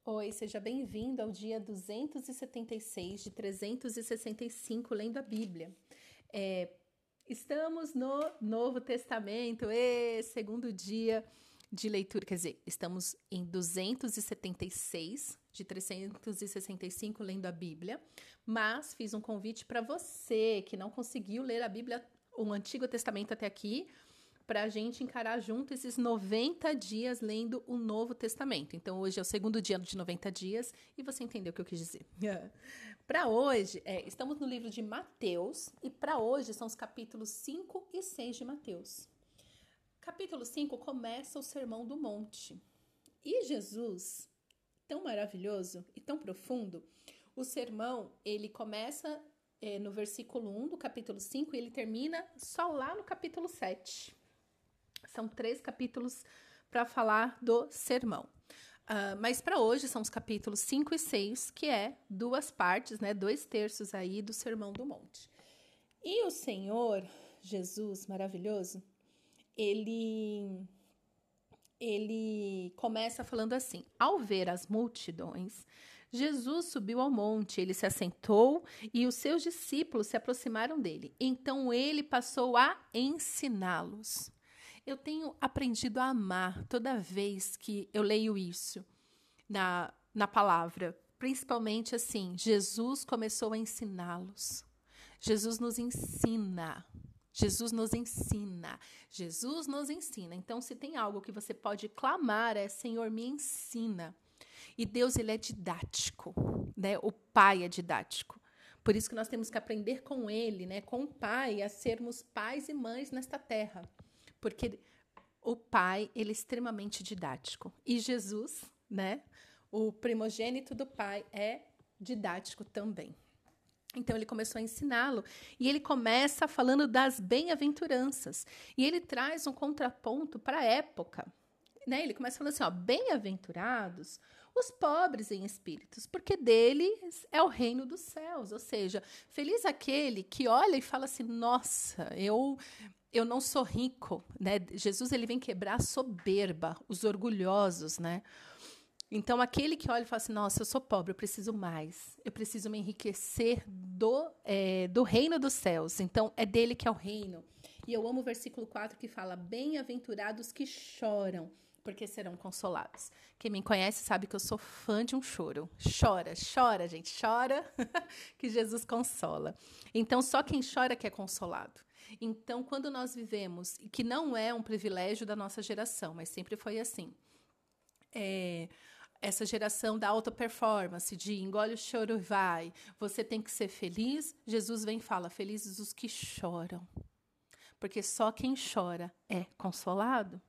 Oi, seja bem-vindo ao dia 276 de 365 lendo a Bíblia. Estamos no Novo Testamento, segundo dia de leitura, quer dizer, estamos em 276 de 365 lendo a Bíblia, mas fiz um convite para você que não conseguiu ler a Bíblia, o Antigo Testamento até aqui, para a gente encarar junto esses 90 dias lendo o Novo Testamento. Então, hoje é o segundo dia de 90 dias e você entendeu o que eu quis dizer. Para hoje, estamos no livro de Mateus e para hoje são os capítulos 5 e 6 de Mateus. Capítulo 5 começa o Sermão do Monte. E Jesus, tão maravilhoso e tão profundo, o sermão, ele começa no versículo 1 do capítulo 5 e ele termina só lá no capítulo 7. São 3 capítulos para falar do sermão. Mas para hoje são os capítulos 5 e 6, que é 2 partes, 2/3 aí do Sermão do Monte. E o Senhor, Jesus maravilhoso, ele começa falando assim: ao ver as multidões, Jesus subiu ao monte, ele se assentou e os seus discípulos se aproximaram dele. Então ele passou a ensiná-los. Eu tenho aprendido a amar toda vez que eu leio isso na palavra. Principalmente assim, Jesus começou a ensiná-los. Jesus nos ensina. Jesus nos ensina. Jesus nos ensina. Então, se tem algo que você pode clamar, é Senhor, me ensina. E Deus, ele é didático, O Pai é didático. Por isso que nós temos que aprender com ele, com o Pai, a sermos pais e mães nesta terra. Porque o Pai, ele é extremamente didático. E Jesus, o primogênito do Pai, é didático também. Então, ele começou a ensiná-lo. E ele começa falando das bem-aventuranças. E ele traz um contraponto para a época. Ele começa falando assim, bem-aventurados os pobres em espíritos, porque deles é o reino dos céus. Ou seja, feliz aquele que olha e fala assim, nossa, eu não sou rico, Jesus, ele vem quebrar a soberba, os orgulhosos, Então, aquele que olha e fala assim, nossa, eu sou pobre, eu preciso mais. Eu preciso me enriquecer do reino dos céus. Então, é dele que é o reino. E eu amo o versículo 4 que fala, bem-aventurados que choram, porque serão consolados. Quem me conhece sabe que eu sou fã de um choro. Chora, gente, chora, que Jesus consola. Então, só quem chora que é consolado. Então, quando nós vivemos, e que não é um privilégio da nossa geração, mas sempre foi assim, essa geração da alta performance, de engole o choro e vai, você tem que ser feliz, Jesus vem e fala, felizes os que choram, porque só quem chora é consolado.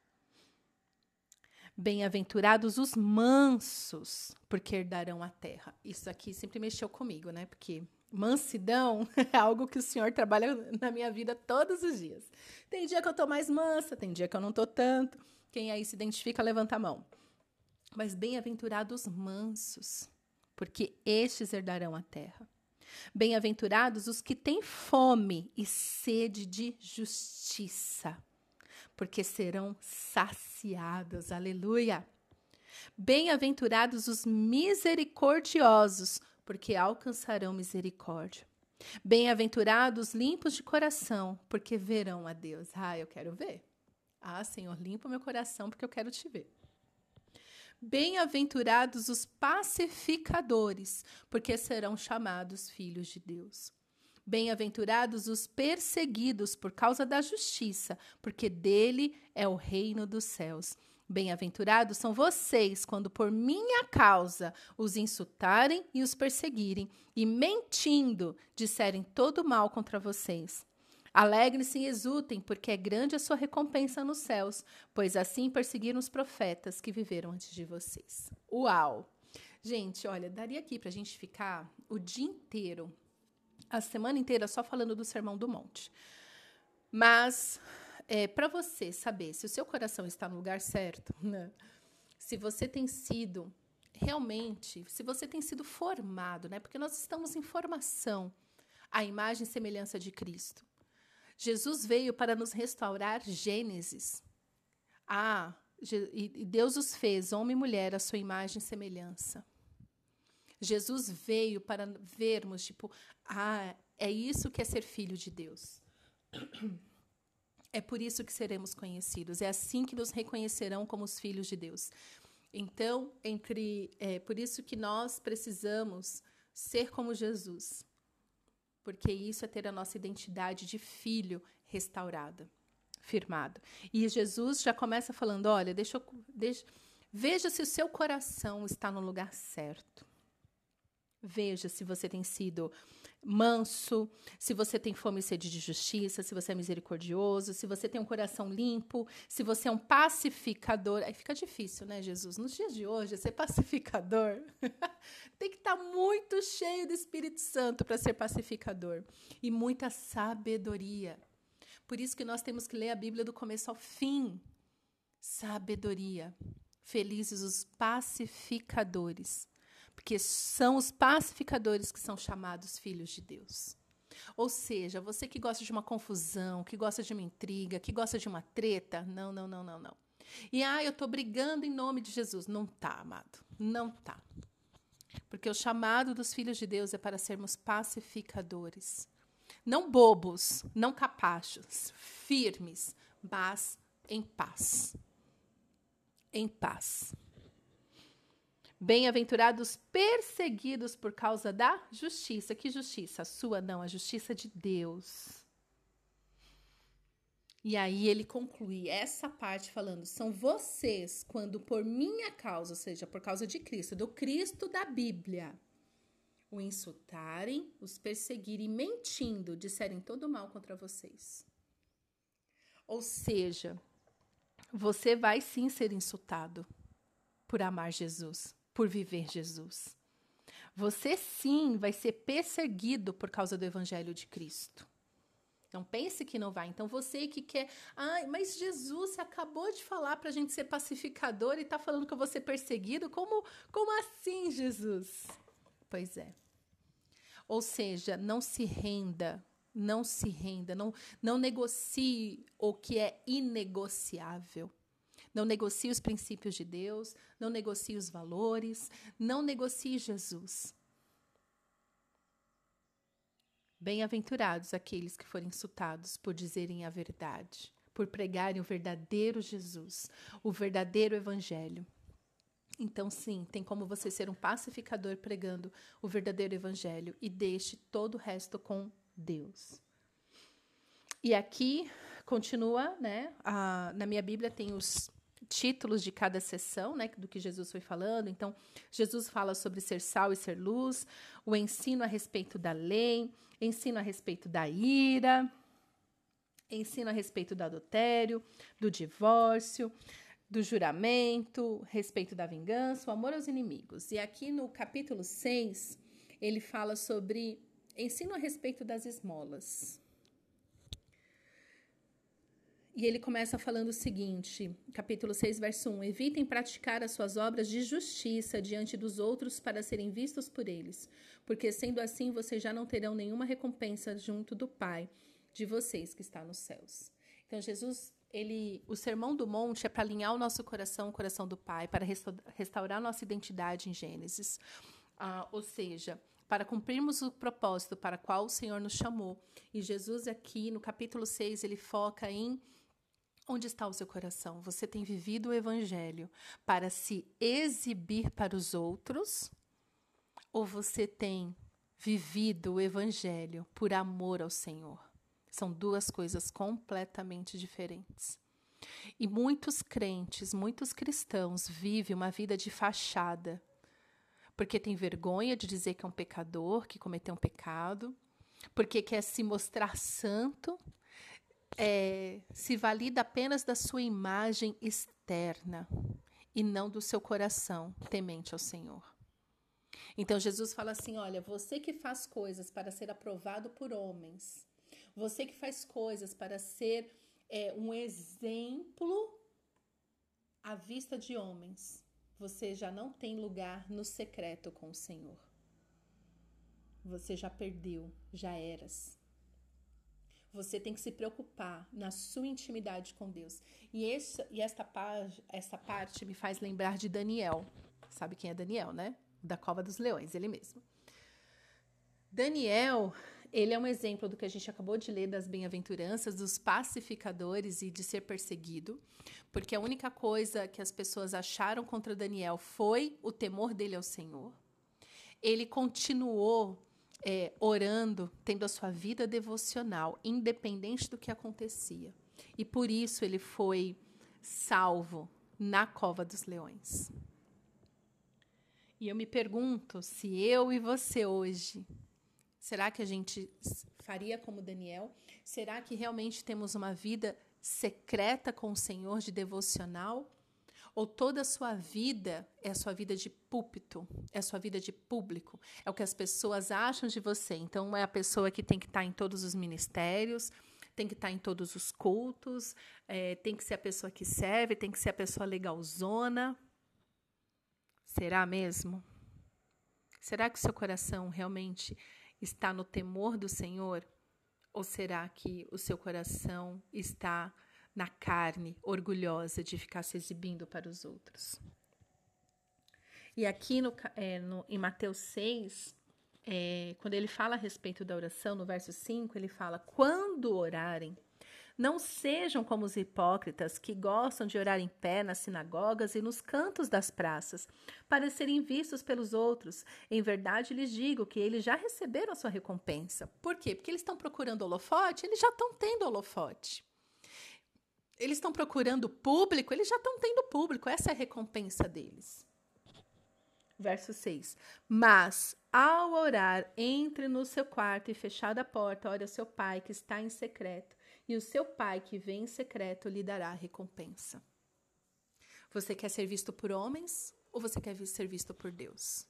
Bem-aventurados os mansos, porque herdarão a terra. Isso aqui sempre mexeu comigo, porque mansidão é algo que o Senhor trabalha na minha vida todos os dias. Tem dia que eu estou mais mansa, tem dia que eu não estou tanto. Quem aí se identifica, levanta a mão. Mas bem-aventurados mansos, porque estes herdarão a terra. Bem-aventurados os que têm fome e sede de justiça, porque serão saciados. Aleluia! Bem-aventurados os misericordiosos, porque alcançarão misericórdia. Bem-aventurados limpos de coração, porque verão a Deus. Eu quero ver. Senhor, limpa o meu coração, porque eu quero te ver. Bem-aventurados os pacificadores, porque serão chamados filhos de Deus. Bem-aventurados os perseguidos por causa da justiça, porque dele é o reino dos céus. Bem-aventurados são vocês quando por minha causa os insultarem e os perseguirem, e mentindo disserem todo mal contra vocês. Alegrem-se e exultem, porque é grande a sua recompensa nos céus, pois assim perseguiram os profetas que viveram antes de vocês. Uau! Gente, olha, daria aqui para a gente ficar o dia inteiro, a semana inteira só falando do Sermão do Monte. Mas, para você saber se o seu coração está no lugar certo, se você tem sido realmente, se você tem sido formado, porque nós estamos em formação à imagem e semelhança de Cristo. Jesus veio para nos restaurar Gênesis. E Deus os fez, homem e mulher, à sua imagem e semelhança. Jesus veio para vermos, tipo, é isso que é ser filho de Deus. É por isso que seremos conhecidos. É assim que nos reconhecerão como os filhos de Deus. Então, por isso que nós precisamos ser como Jesus. Porque isso é ter a nossa identidade de filho restaurada, firmado. E Jesus já começa falando, olha, veja se o seu coração está no lugar certo. Veja se você tem sido manso, se você tem fome e sede de justiça, se você é misericordioso, se você tem um coração limpo, se você é um pacificador. Aí fica difícil, né, Jesus? Nos dias de hoje, ser pacificador tem que estar muito cheio do Espírito Santo para ser pacificador. E muita sabedoria. Por isso que nós temos que ler a Bíblia do começo ao fim. Sabedoria. Felizes os pacificadores. Porque são os pacificadores que são chamados filhos de Deus. Ou seja, você que gosta de uma confusão, que gosta de uma intriga, que gosta de uma treta, não. E, eu estou brigando em nome de Jesus. Não tá, amado. Não tá. Porque o chamado dos filhos de Deus é para sermos pacificadores. Não bobos, não capachos, firmes, mas em paz. Em paz. Bem-aventurados perseguidos por causa da justiça. Que justiça? A sua não, a justiça de Deus. E aí ele conclui essa parte falando, são vocês, quando por minha causa, ou seja, por causa de Cristo, do Cristo da Bíblia, o insultarem, os perseguirem, mentindo, disserem todo mal contra vocês. Ou seja, você vai sim ser insultado por amar Jesus. Por viver Jesus. Você sim vai ser perseguido por causa do Evangelho de Cristo. Não pense que não vai. Então você que quer... mas Jesus acabou de falar para a gente ser pacificador e está falando que eu vou ser perseguido? Como assim, Jesus? Pois é. Ou seja, não se renda, não negocie o que é inegociável. Não negocie os princípios de Deus, não negocie os valores, não negocie Jesus. Bem-aventurados aqueles que forem insultados por dizerem a verdade, por pregarem o verdadeiro Jesus, o verdadeiro evangelho. Então, sim, tem como você ser um pacificador pregando o verdadeiro evangelho e deixe todo o resto com Deus. E aqui continua, né? Na minha Bíblia tem os títulos de cada sessão, né, do que Jesus foi falando. Então, Jesus fala sobre ser sal e ser luz, o ensino a respeito da lei, ensino a respeito da ira, ensino a respeito do adultério, do divórcio, do juramento, respeito da vingança, o amor aos inimigos. E aqui no capítulo 6, ele fala sobre ensino a respeito das esmolas. E ele começa falando o seguinte, capítulo 6, verso 1. Evitem praticar as suas obras de justiça diante dos outros para serem vistos por eles, porque sendo assim vocês já não terão nenhuma recompensa junto do Pai de vocês que está nos céus. Então Jesus, o Sermão do Monte é para alinhar o nosso coração, o coração do Pai, para restaurar nossa identidade em Gênesis. Ou seja, para cumprirmos o propósito para o qual o Senhor nos chamou. E Jesus aqui, no capítulo 6, ele foca em onde está o seu coração? Você tem vivido o evangelho para se exibir para os outros? Ou você tem vivido o evangelho por amor ao Senhor? São duas coisas completamente diferentes. E muitos crentes, muitos cristãos vivem uma vida de fachada, porque tem vergonha de dizer que é um pecador, que cometeu um pecado, porque quer se mostrar santo, se valida apenas da sua imagem externa e não do seu coração temente ao Senhor. Então Jesus fala assim, olha, você que faz coisas para ser aprovado por homens, você que faz coisas para ser um exemplo à vista de homens, você já não tem lugar no secreto com o Senhor. Você já perdeu, já eras. Você tem que se preocupar na sua intimidade com Deus. E essa parte me faz lembrar de Daniel. Sabe quem é Daniel, né? Da Cova dos Leões, ele mesmo. Daniel, ele é um exemplo do que a gente acabou de ler das bem-aventuranças, dos pacificadores e de ser perseguido, porque a única coisa que as pessoas acharam contra Daniel foi o temor dele ao Senhor. Ele continuou orando, tendo a sua vida devocional, independente do que acontecia. E por isso ele foi salvo na Cova dos Leões. E eu me pergunto se eu e você hoje, será que a gente faria como Daniel? Será que realmente temos uma vida secreta com o Senhor, de devocional? Ou toda a sua vida é a sua vida de púlpito, é a sua vida de público, é o que as pessoas acham de você. Então, é a pessoa que tem que estar em todos os ministérios, tem que estar em todos os cultos, tem que ser a pessoa que serve, tem que ser a pessoa legalzona. Será mesmo? Será que o seu coração realmente está no temor do Senhor? Ou será que o seu coração está na carne, orgulhosa de ficar se exibindo para os outros? E aqui em Mateus 6, quando ele fala a respeito da oração, no verso 5, ele fala: quando orarem, não sejam como os hipócritas que gostam de orar em pé nas sinagogas e nos cantos das praças, para serem vistos pelos outros. Em verdade, lhes digo que eles já receberam a sua recompensa. Por quê? Porque eles estão procurando holofote, eles já estão tendo holofote. Eles estão procurando público, eles já estão tendo público. Essa é a recompensa deles. Verso 6. Mas, ao orar, entre no seu quarto e fechada a porta, ore ao seu pai que está em secreto. E o seu pai que vem em secreto lhe dará a recompensa. Você quer ser visto por homens ou você quer ser visto por Deus?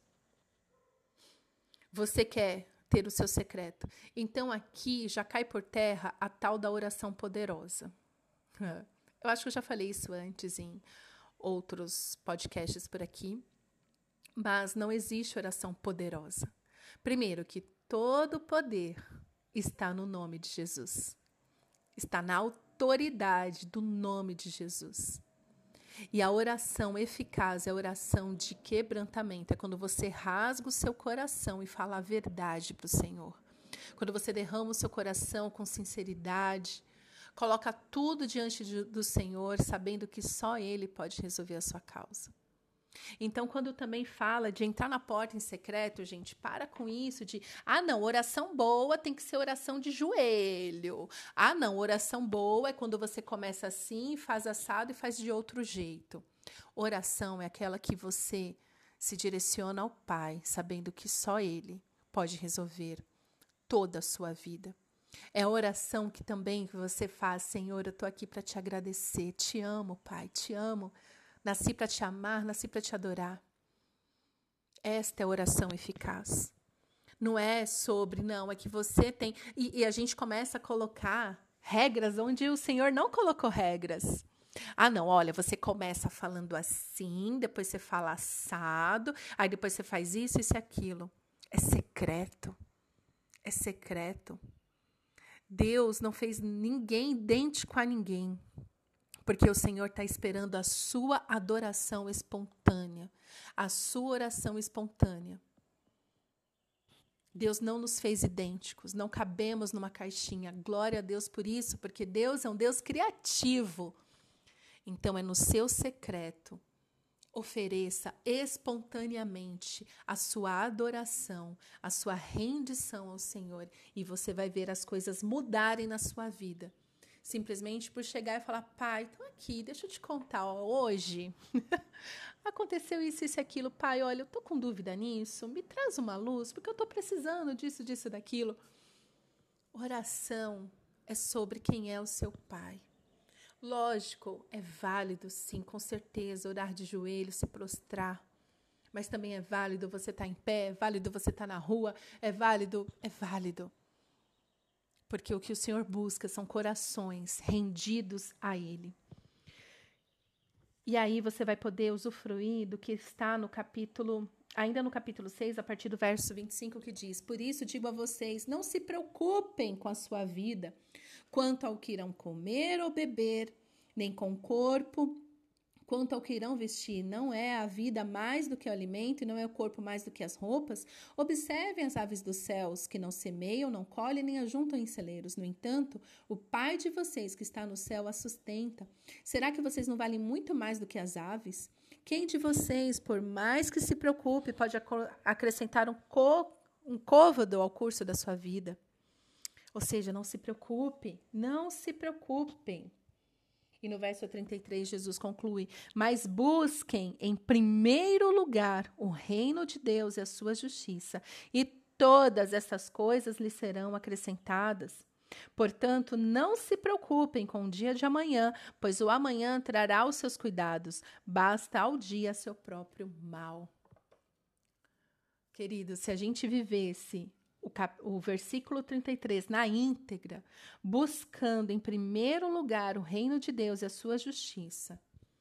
Você quer ter o seu secreto. Então aqui já cai por terra a tal da oração poderosa. Eu acho que eu já falei isso antes em outros podcasts por aqui. Mas não existe oração poderosa. Primeiro, que todo poder está no nome de Jesus. Está na autoridade do nome de Jesus. E a oração eficaz é a oração de quebrantamento. É quando você rasga o seu coração e fala a verdade para o Senhor. Quando você derrama o seu coração com sinceridade, coloca tudo diante do Senhor, sabendo que só Ele pode resolver a sua causa. Então, quando também fala de entrar na porta em secreto, gente, para com isso de, não, oração boa tem que ser oração de joelho. Não, oração boa é quando você começa assim, faz assado e faz de outro jeito. Oração é aquela que você se direciona ao Pai, sabendo que só Ele pode resolver toda a sua vida. É a oração que também você faz: Senhor, eu estou aqui para te agradecer, te amo, Pai, te amo. Nasci para te amar, nasci para te adorar. Esta é a oração eficaz. Não é sobre, não, é que você tem... E a gente começa a colocar regras onde o Senhor não colocou regras. Não, olha, você começa falando assim, depois você fala assado, aí depois você faz isso e aquilo. É secreto. É secreto. Deus não fez ninguém idêntico a ninguém. Porque o Senhor está esperando a sua adoração espontânea, a sua oração espontânea. Deus não nos fez idênticos, não cabemos numa caixinha. Glória a Deus por isso, porque Deus é um Deus criativo. Então, é no seu secreto. Ofereça espontaneamente a sua adoração, a sua rendição ao Senhor, e você vai ver as coisas mudarem na sua vida. Simplesmente por chegar e falar: Pai, então aqui, deixa eu te contar, hoje aconteceu isso e aquilo. Pai, olha, eu tô com dúvida nisso, me traz uma luz, porque eu tô precisando disso, daquilo. Oração é sobre quem é o seu Pai. Lógico, é válido, sim, com certeza, orar de joelho, se prostrar. Mas também é válido você estar em pé, é válido você estar na rua, é válido. Porque o que o Senhor busca são corações rendidos a Ele. E aí você vai poder usufruir do que está no capítulo, ainda no capítulo 6, a partir do verso 25, que diz: Por isso digo a vocês, não se preocupem com a sua vida, quanto ao que irão comer ou beber, nem com o corpo, quanto ao que irão vestir. Não é a vida mais do que o alimento, e não é o corpo mais do que as roupas? Observem as aves dos céus, que não semeiam, não colhem, nem ajuntam em celeiros. No entanto, o Pai de vocês que está no céu as sustenta. Será que vocês não valem muito mais do que as aves? Quem de vocês, por mais que se preocupe, pode acrescentar um côvado ao curso da sua vida? Ou seja, não se preocupe, não se preocupem. E no verso 33, Jesus conclui: mas busquem em primeiro lugar o reino de Deus e a sua justiça, e todas essas coisas lhes serão acrescentadas. Portanto, não se preocupem com o dia de amanhã, pois o amanhã trará os seus cuidados. Basta ao dia seu próprio mal. Queridos, se a gente vivesse o versículo 33 na íntegra, buscando em primeiro lugar o reino de Deus e a sua justiça,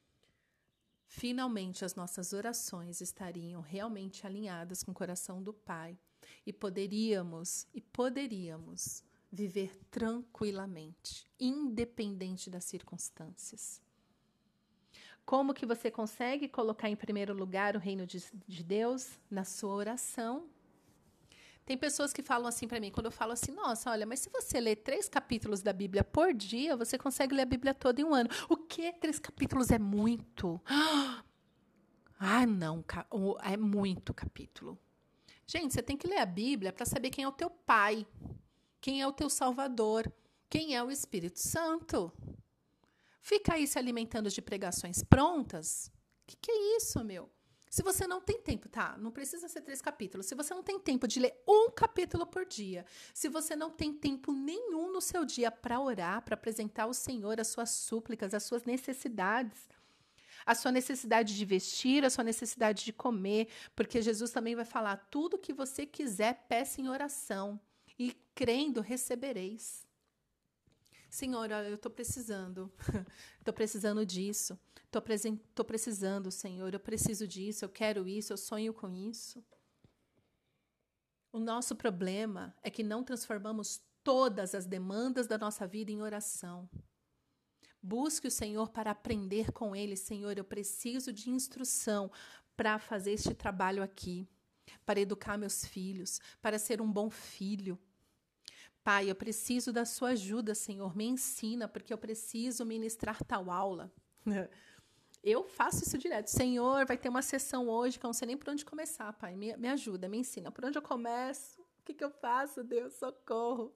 finalmente as nossas orações estariam realmente alinhadas com o coração do Pai e poderíamos viver tranquilamente, independente das circunstâncias. Como que você consegue colocar em primeiro lugar o reino de Deus? Na sua oração. Tem pessoas que falam assim para mim, quando eu falo assim, nossa, olha, mas se você ler 3 capítulos da Bíblia por dia, você consegue ler a Bíblia toda em um ano. O quê? 3 capítulos é muito? Ah, não, é muito capítulo. Gente, você tem que ler a Bíblia para saber quem é o teu Pai, quem é o teu Salvador, quem é o Espírito Santo. Fica aí se alimentando de pregações prontas? O que é isso, meu? Se você não tem tempo, tá? Não precisa ser 3 capítulos. Se você não tem tempo de ler um capítulo por dia, se você não tem tempo nenhum no seu dia para orar, para apresentar ao Senhor as suas súplicas, as suas necessidades, a sua necessidade de vestir, a sua necessidade de comer, porque Jesus também vai falar, tudo que você quiser, peça em oração, e crendo recebereis. Senhor, olha, eu estou precisando disso, estou precisando, Senhor, eu preciso disso, eu quero isso, eu sonho com isso. O nosso problema é que não transformamos todas as demandas da nossa vida em oração. Busque o Senhor para aprender com Ele. Senhor, eu preciso de instrução para fazer este trabalho aqui, para educar meus filhos, para ser um bom filho. Pai, eu preciso da sua ajuda, Senhor, me ensina, porque eu preciso ministrar tal aula. Eu faço isso direto. Senhor, vai ter uma sessão hoje que eu não sei nem por onde começar, Pai. Me ajuda, me ensina. Por onde eu começo? O que eu faço, Deus? Socorro.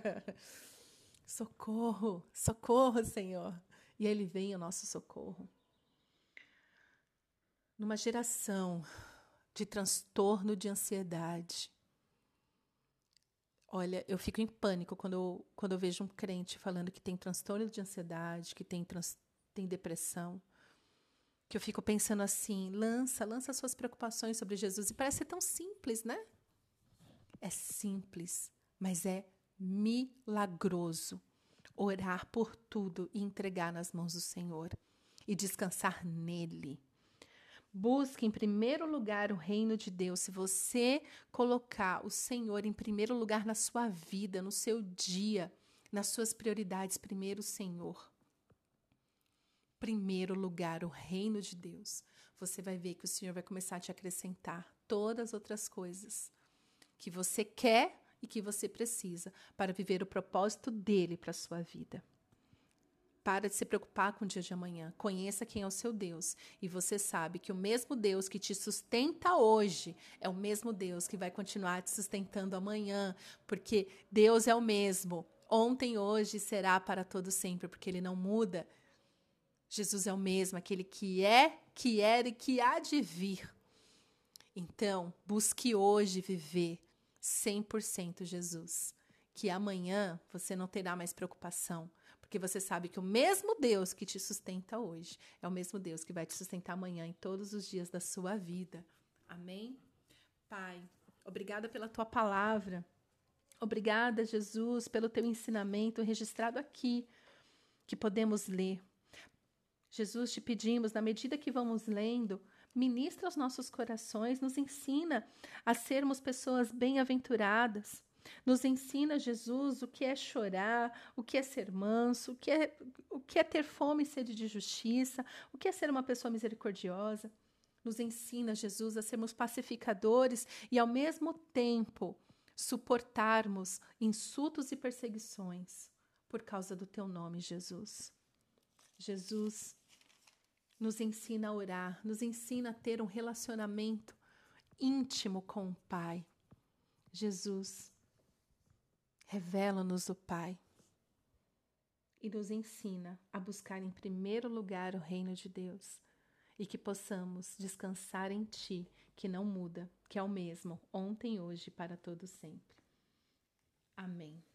Socorro, socorro, Senhor. E Ele vem ao nosso socorro. Numa geração de transtorno de ansiedade, olha, eu fico em pânico quando eu vejo um crente falando que tem transtorno de ansiedade, que tem depressão, que eu fico pensando assim, lança suas preocupações sobre Jesus. E parece ser tão simples, né? É simples, mas é milagroso orar por tudo e entregar nas mãos do Senhor e descansar nele. Busque em primeiro lugar o reino de Deus. Se você colocar o Senhor em primeiro lugar na sua vida, no seu dia, nas suas prioridades, primeiro o Senhor. Primeiro lugar, o reino de Deus. Você vai ver que o Senhor vai começar a te acrescentar todas as outras coisas que você quer e que você precisa para viver o propósito dele para a sua vida. Para de se preocupar com o dia de amanhã. Conheça quem é o seu Deus. E você sabe que o mesmo Deus que te sustenta hoje é o mesmo Deus que vai continuar te sustentando amanhã. Porque Deus é o mesmo. Ontem, hoje, será para todo sempre. Porque Ele não muda. Jesus é o mesmo. Aquele que é, que era e que há de vir. Então, busque hoje viver 100% Jesus. Que amanhã você não terá mais preocupação. Porque você sabe que o mesmo Deus que te sustenta hoje é o mesmo Deus que vai te sustentar amanhã em todos os dias da sua vida. Amém? Pai, obrigada pela tua palavra. Obrigada, Jesus, pelo teu ensinamento registrado aqui, que podemos ler. Jesus, te pedimos, na medida que vamos lendo, ministra aos nossos corações, nos ensina a sermos pessoas bem-aventuradas, Nos ensina, Jesus, o que é chorar, o que é ser manso, o que é ter fome e sede de justiça, o que é ser uma pessoa misericordiosa. Nos ensina, Jesus, a sermos pacificadores e, ao mesmo tempo, suportarmos insultos e perseguições por causa do teu nome, Jesus. Jesus nos ensina a orar, nos ensina a ter um relacionamento íntimo com o Pai. Jesus, revela-nos o Pai e nos ensina a buscar em primeiro lugar o reino de Deus e que possamos descansar em Ti, que não muda, que é o mesmo ontem, hoje e para todo sempre. Amém.